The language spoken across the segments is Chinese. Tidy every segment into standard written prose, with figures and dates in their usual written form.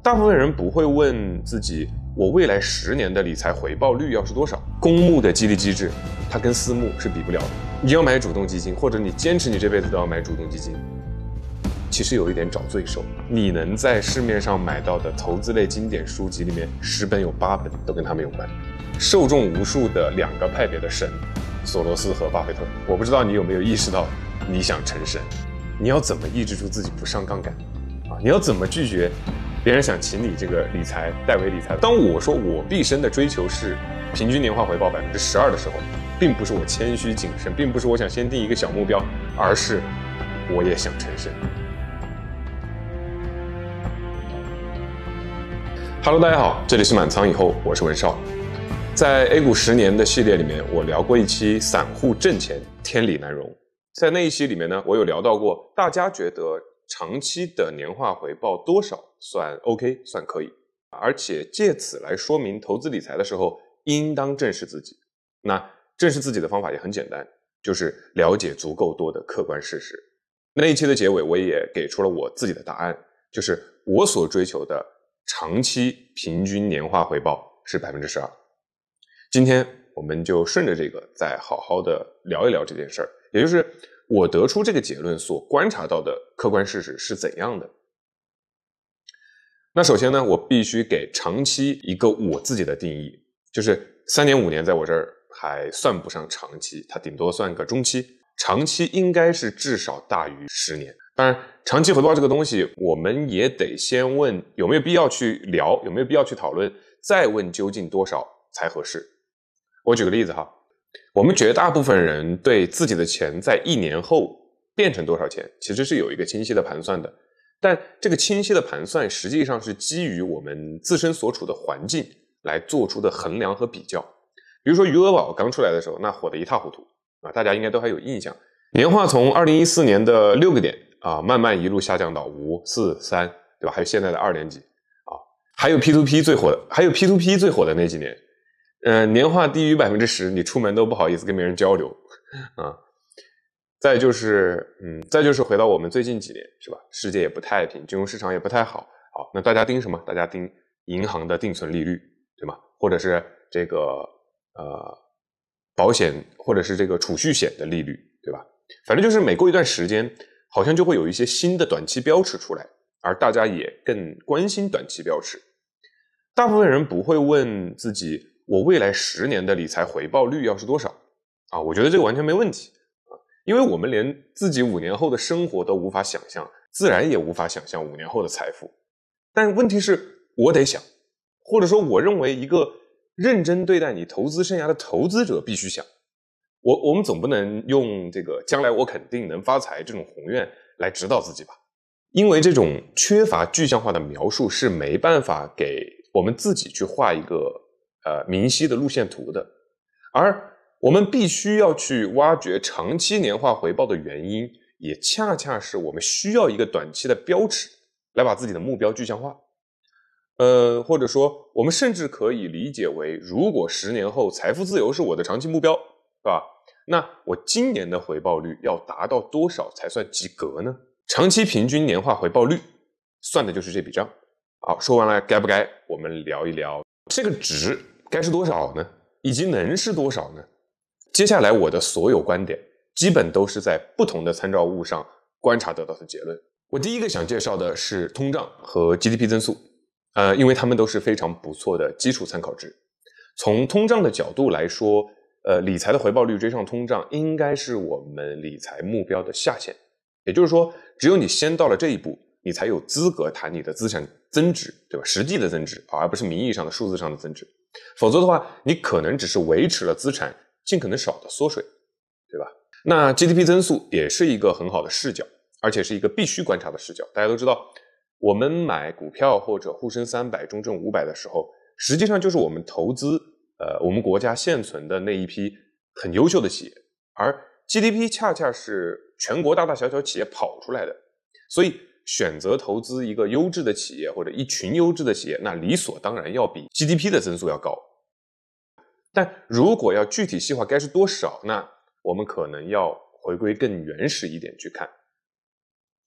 大部分人不会问自己，我未来10年的理财回报率要是多少？公募的激励机制，它跟私募是比不了的。你要买主动基金，或者你坚持你这辈子都要买主动基金，其实有一点找罪受。你能在市面上买到的投资类经典书籍里面，10本有8本都跟他们有关，受众无数的2个派别的神，索罗斯和巴菲特。我不知道你有没有意识到，你想成神，你要怎么抑制住自己不上杠杆啊？你要怎么拒绝别人想请你这个理财代为理财？当我说我毕生的追求是平均年化回报12%的时候，并不是我谦虚谨慎，并不是我想先定一个小目标，而是我也想成神。Hello， 大家好，这里是满仓以后，我是文少。在 A 股10年的系列里面，我聊过一期散户挣钱天理难容。在那一期里面呢，我有聊到过，大家觉得长期的年化回报多少算 OK， 算可以，而且借此来说明投资理财的时候应当正视自己。那正视自己的方法也很简单，就是了解足够多的客观事实。那一期的结尾我也给出了我自己的答案，就是我所追求的长期平均年化回报是 12%。 今天我们就顺着这个再好好的聊一聊这件事儿，也就是我得出这个结论所观察到的客观事实是怎样的。那首先呢，我必须给长期一个我自己的定义，就是3年5年在我这儿还算不上长期，它顶多算个中期，长期应该是至少大于10年。当然长期回报这个东西我们也得先问有没有必要去聊，有没有必要去讨论，再问究竟多少才合适。我举个例子哈，我们绝大部分人对自己的钱在1年后变成多少钱其实是有一个清晰的盘算的，但这个清晰的盘算实际上是基于我们自身所处的环境来做出的衡量和比较。比如说余额宝刚出来的时候，那火得一塌糊涂啊，大家应该都还有印象，年化从2014年的6个点啊，慢慢一路下降到5、4、3，对吧？还有现在的2点几啊，还有 P2P 最火的那几年，年化低于 10%， 你出门都不好意思跟别人交流啊。再就是回到我们最近几年，是吧？世界也不太平，金融市场也不太好，好，那大家盯什么？大家盯银行的定存利率，对吗？或者是这个保险或者是这个储蓄险的利率，对吧？反正就是每过一段时间，好像就会有一些新的短期标尺出来，而大家也更关心短期标尺。大部分人不会问自己，我未来10年的理财回报率要是多少啊？我觉得这个完全没问题啊，因为我们连自己5年后的生活都无法想象，自然也无法想象5年后的财富。但问题是我得想，或者说我认为一个认真对待你投资生涯的投资者必须想。我们总不能用这个将来我肯定能发财这种宏愿来指导自己吧，因为这种缺乏具象化的描述是没办法给我们自己去画一个明晰的路线图的。而我们必须要去挖掘长期年化回报的原因，也恰恰是我们需要一个短期的标尺来把自己的目标具象化。或者说我们甚至可以理解为，如果10年后财富自由是我的长期目标，是吧？那我今年的回报率要达到多少才算及格呢？长期平均年化回报率算的就是这笔账。好，说完了该不该，我们聊一聊这个值该是多少呢？以及能是多少呢？接下来我的所有观点基本都是在不同的参照物上观察得到的结论。我第一个想介绍的是通胀和 GDP 增速，因为它们都是非常不错的基础参考值。从通胀的角度来说，理财的回报率追上通胀应该是我们理财目标的下限。也就是说，只有你先到了这一步，你才有资格谈你的资产增值，对吧？实际的增值，而不是名义上的数字上的增值。否则的话，你可能只是维持了资产尽可能少的缩水，对吧？那 GDP 增速也是一个很好的视角，而且是一个必须观察的视角。大家都知道，我们买股票或者沪深300、中证500的时候，实际上就是我们投资我们国家现存的那一批很优秀的企业，而 GDP 恰恰是全国大大小小企业跑出来的。所以选择投资一个优质的企业或者一群优质的企业，那理所当然要比 GDP 的增速要高。但如果要具体细化该是多少，那我们可能要回归更原始一点去看。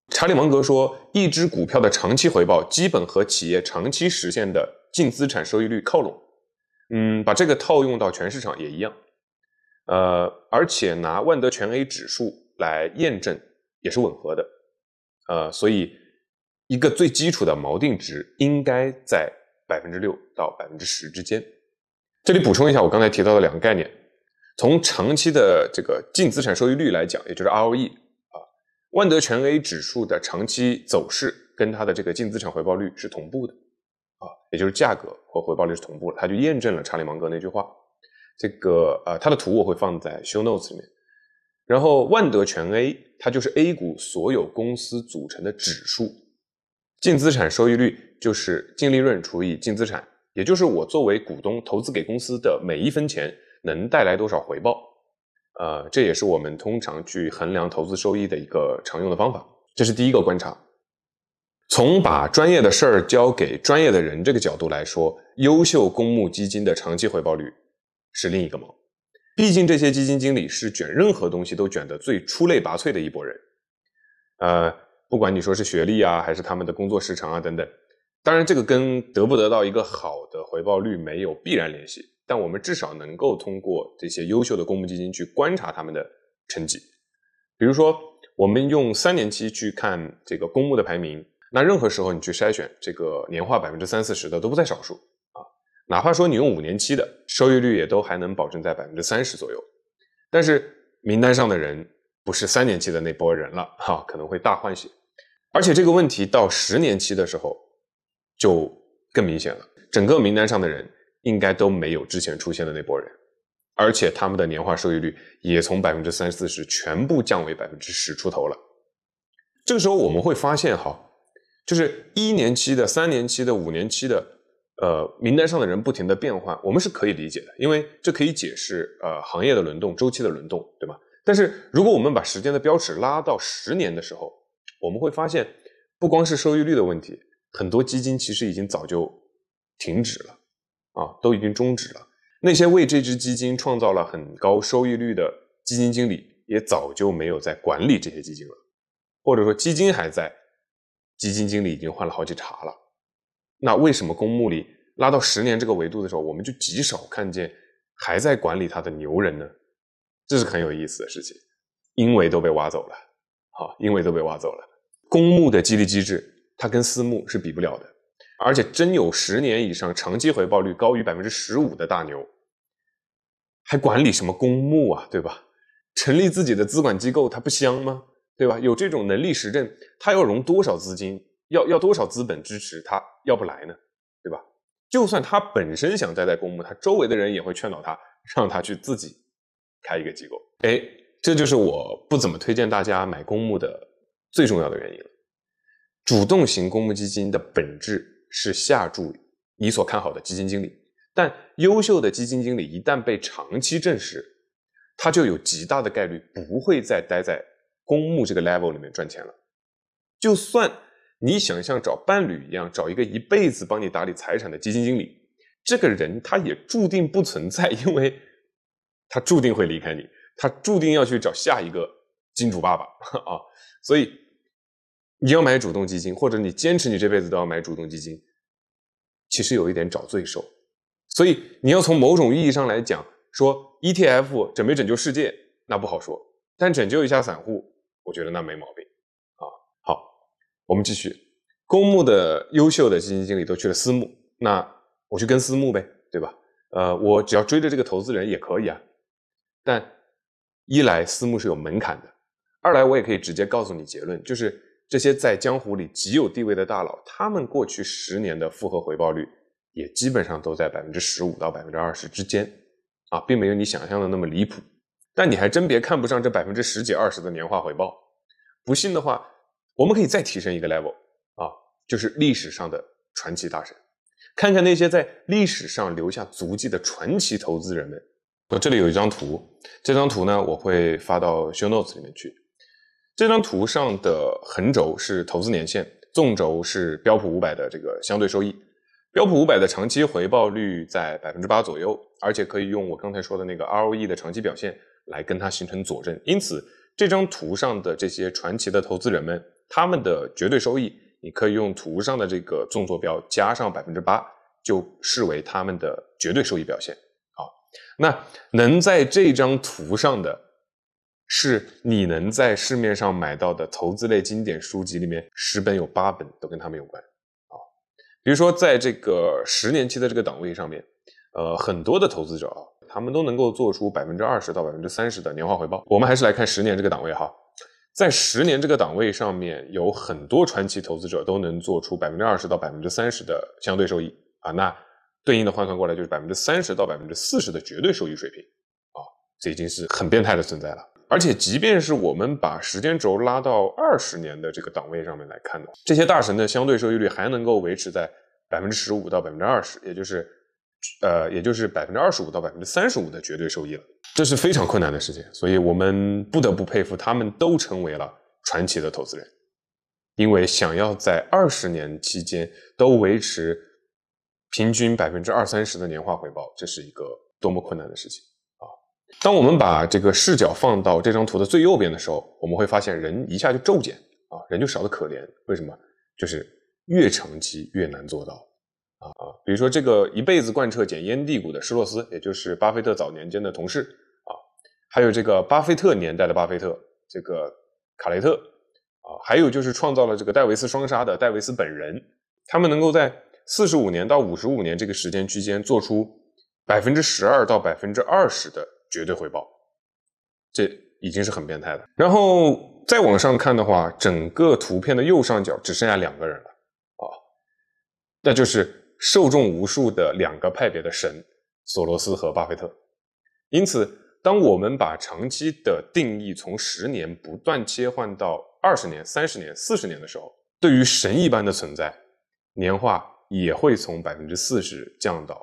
查理芒格说，一只股票的长期回报基本和企业长期实现的净资产收益率靠拢。把这个套用到全市场也一样。而且拿万德全 A 指数来验证也是吻合的。所以一个最基础的锚定值应该在 6% 到 10% 之间。这里补充一下我刚才提到的两个概念。从长期的这个净资产收益率来讲，也就是 ROE 万德全 A 指数的长期走势跟它的这个净资产回报率是同步的也就是价格和回报率是同步的，它就验证了查理芒格那句话。这个它的图我会放在 show notes 里面。然后万德全 A 它就是 A 股所有公司组成的指数，净资产收益率就是净利润除以净资产，也就是我作为股东投资给公司的每一分钱能带来多少回报。这也是我们通常去衡量投资收益的一个常用的方法。这是第一个观察。从把专业的事儿交给专业的人这个角度来说，优秀公募基金的长期回报率是另一个毛。毕竟这些基金经理是卷任何东西都卷得最出类拔萃的一拨人。不管你说是学历啊，还是他们的工作时长啊等等，当然这个跟得不得到一个好的回报率没有必然联系，但我们至少能够通过这些优秀的公募基金去观察他们的成绩。比如说我们用3年期去看这个公募的排名，那任何时候你去筛选这个年化 30-40% 的都不在少数哪怕说你用5年期的，收益率也都还能保证在 30% 左右。但是名单上的人不是3年期的那波人了可能会大换血。而且这个问题到10年期的时候就更明显了，整个名单上的人应该都没有之前出现的那波人，而且他们的年化收益率也从 30-40% 全部降为 10% 出头了。这个时候我们会发现就是1年期的、3年期的、5年期的名单上的人不停的变换，我们是可以理解的，因为这可以解释行业的轮动、周期的轮动，对吧？但是如果我们把时间的标尺拉到10年的时候，我们会发现不光是收益率的问题，很多基金其实已经早就停止了都已经终止了。那些为这支基金创造了很高收益率的基金经理也早就没有在管理这些基金了，或者说基金还在，基金经理已经换了好几茬了。那为什么公募里拉到10年这个维度的时候，我们就极少看见还在管理它的牛人呢？这是很有意思的事情，因为都被挖走了因为都被挖走了。公募的激励机制它跟私募是比不了的，而且真有10年以上长期回报率高于 15% 的大牛，还管理什么公募对吧？成立自己的资管机构它不香吗？对吧？有这种能力实证，它要融多少资金，要多少资本支持，它要不来呢？对吧？就算他本身想待在公募，他周围的人也会劝导他，让他去自己开一个机构。这就是我不怎么推荐大家买公募的最重要的原因了。主动型公募基金的本质是下注你所看好的基金经理，但优秀的基金经理一旦被长期证实，他就有极大的概率不会再待在公募这个 level 里面赚钱了。就算你想像找伴侣一样找一个一辈子帮你打理财产的基金经理，这个人他也注定不存在，因为他注定会离开你，他注定要去找下一个金主爸爸所以你要买主动基金，或者你坚持你这辈子都要买主动基金，其实有一点找罪受。所以你要从某种意义上来讲，说 ETF 拯没拯救世界那不好说，但拯救一下散户我觉得那没毛病好，我们继续。公募的优秀的基金经理都去了私募，那我去跟私募呗，对吧？我只要追着这个投资人也可以但一来私募是有门槛的，二来我也可以直接告诉你结论，就是这些在江湖里极有地位的大佬，他们过去10年的复合回报率也基本上都在 15% 到 20% 之间并没有你想象的那么离谱。但你还真别看不上这10几20的年化回报，不信的话我们可以再提升一个 level就是历史上的传奇大神，看看那些在历史上留下足迹的传奇投资人们。我这里有一张图，这张图呢我会发到 show notes 里面去。这张图上的横轴是投资年限，纵轴是标普500的这个相对收益。标普500的长期回报率在 8% 左右，而且可以用我刚才说的那个 ROE 的长期表现来跟它形成佐证。因此这张图上的这些传奇的投资人们他们的绝对收益，你可以用图上的这个纵坐标加上 8%， 就视为他们的绝对收益表现。好，那能在这张图上的是你能在市面上买到的投资类经典书籍里面10本有8本都跟他们有关啊。比如说在这个10年期的这个档位上面，很多的投资者他们都能够做出20%到30%的年化回报。我们还是来看10年这个档位哈，在10年这个档位上面，有很多传奇投资者都能做出20%到30%的相对收益啊，那对应的换算过来就是30%到40%的绝对收益水平啊，这已经是很变态的存在了。而且即便是我们把时间轴拉到20年的这个档位上面来看的话，这些大神的相对收益率还能够维持在15%到20%，也就是25%到35%的绝对收益了，这是非常困难的事情，所以我们不得不佩服他们都成为了传奇的投资人，因为想要在20年期间都维持平均20-30%的年化回报，这是一个多么困难的事情啊！当我们把这个视角放到这张图的最右边的时候，我们会发现人一下就骤减啊，人就少得可怜。为什么？就是越长期越难做到。比如说这个一辈子贯彻捡烟蒂股的施洛斯，也就是巴菲特早年间的同事啊，还有这个巴菲特年代的巴菲特，这个卡雷特啊，还有就是创造了这个戴维斯双杀的戴维斯本人，他们能够在45年到55年这个时间区间做出12%到20%的绝对回报，这已经是很变态的。然后再往上看的话，整个图片的右上角只剩下2个人了啊，那就是受众无数的2个派别的神，索罗斯和巴菲特。因此，当我们把长期的定义从10年不断切换到20年、30年、40年的时候，对于神一般的存在，年化也会从40%降到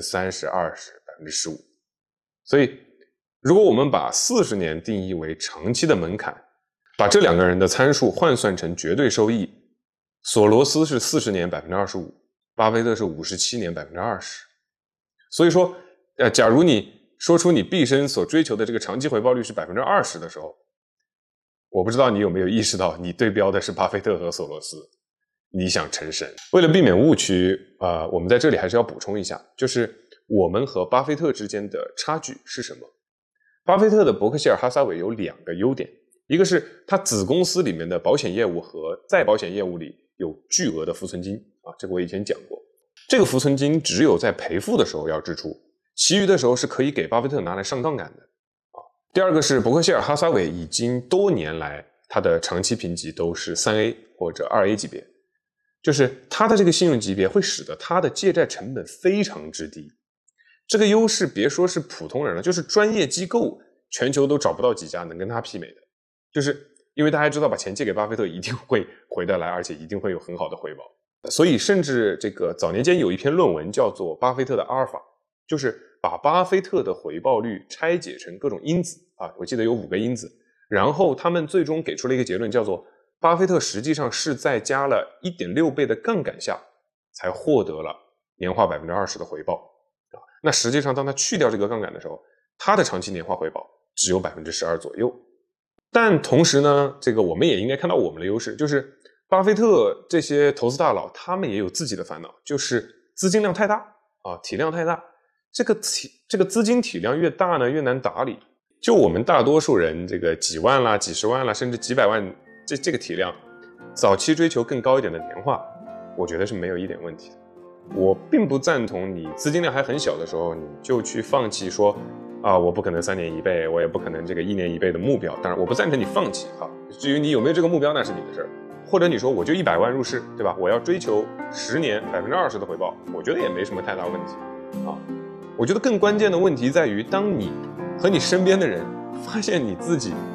30%、20%、15%。所以，如果我们把40年定义为长期的门槛，把这2个人的参数换算成绝对收益，索罗斯是40年25%，巴菲特是57年20%。所以说，假如你说出你毕生所追求的这个长期回报率是20%的时候，我不知道你有没有意识到，你对标的是巴菲特和索罗斯，你想成神。为了避免误区，我们在这里还是要补充一下，就是我们和巴菲特之间的差距是什么？巴菲特的伯克希尔哈撒韦有2个优点，一个是他子公司里面的保险业务和再保险业务里有巨额的浮存金啊，这个我以前讲过。这个浮存金只有在赔付的时候要支出，其余的时候是可以给巴菲特拿来上杠杆的啊。第二个是伯克希尔哈撒韦已经多年来他的长期评级都是3A 或者2A 级别，就是他的这个信用级别会使得他的借债成本非常之低。这个优势别说是普通人了，就是专业机构全球都找不到几家能跟他媲美的，就是因为大家知道把钱借给巴菲特一定会回得来，而且一定会有很好的回报。所以甚至这个早年间有一篇论文叫做巴菲特的阿尔法，就是把巴菲特的回报率拆解成各种因子啊，我记得有5个因子，然后他们最终给出了一个结论，叫做巴菲特实际上是在加了 1.6 倍的杠杆下才获得了年化 20% 的回报啊。那实际上当他去掉这个杠杆的时候，他的长期年化回报只有 12% 左右。但同时呢，这个我们也应该看到我们的优势，就是巴菲特这些投资大佬他们也有自己的烦恼，就是资金量太大啊，体量太大。这个资金体量越大呢，越难打理。就我们大多数人这个几万啦、几十万啦，甚至几百万这个体量，早期追求更高一点的年化，我觉得是没有一点问题的。我并不赞同你资金量还很小的时候，你就去放弃说啊，我不可能3年1倍，我也不可能这个1年1倍的目标。当然，我不赞成你放弃哈。至于你有没有这个目标，那是你的事儿。或者你说我就100万入市，对吧？我要追求10年20%的回报，我觉得也没什么太大问题啊。我觉得更关键的问题在于，当你和你身边的人发现你自己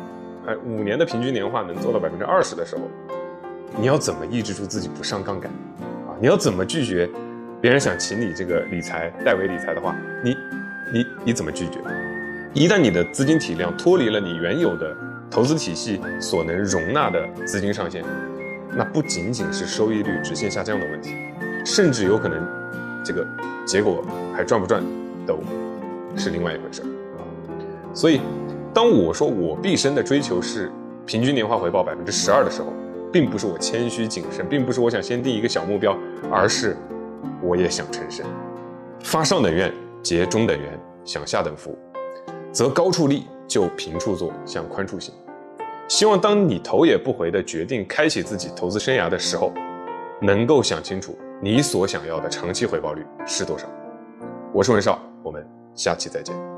5年的平均年化能做到20%的时候，你要怎么抑制住自己不上杠杆啊？你要怎么拒绝别人想请你这个理财代为理财的话，你怎么拒绝？一旦你的资金体量脱离了你原有的投资体系所能容纳的资金上限，那不仅仅是收益率直线下降的问题，甚至有可能这个结果还赚不赚都是另外一回事啊。所以当我说我毕生的追求是平均年化回报12%的时候， 并不是我谦虚谨慎，并不是我想先定一个小目标，而是我也想成神。发上等愿，结中等缘，享下等福，则高处立，就平处坐，向宽处行。希望当你头也不回地决定开启自己投资生涯的时候，能够想清楚你所想要的长期回报率是多少。我是文少，我们下期再见。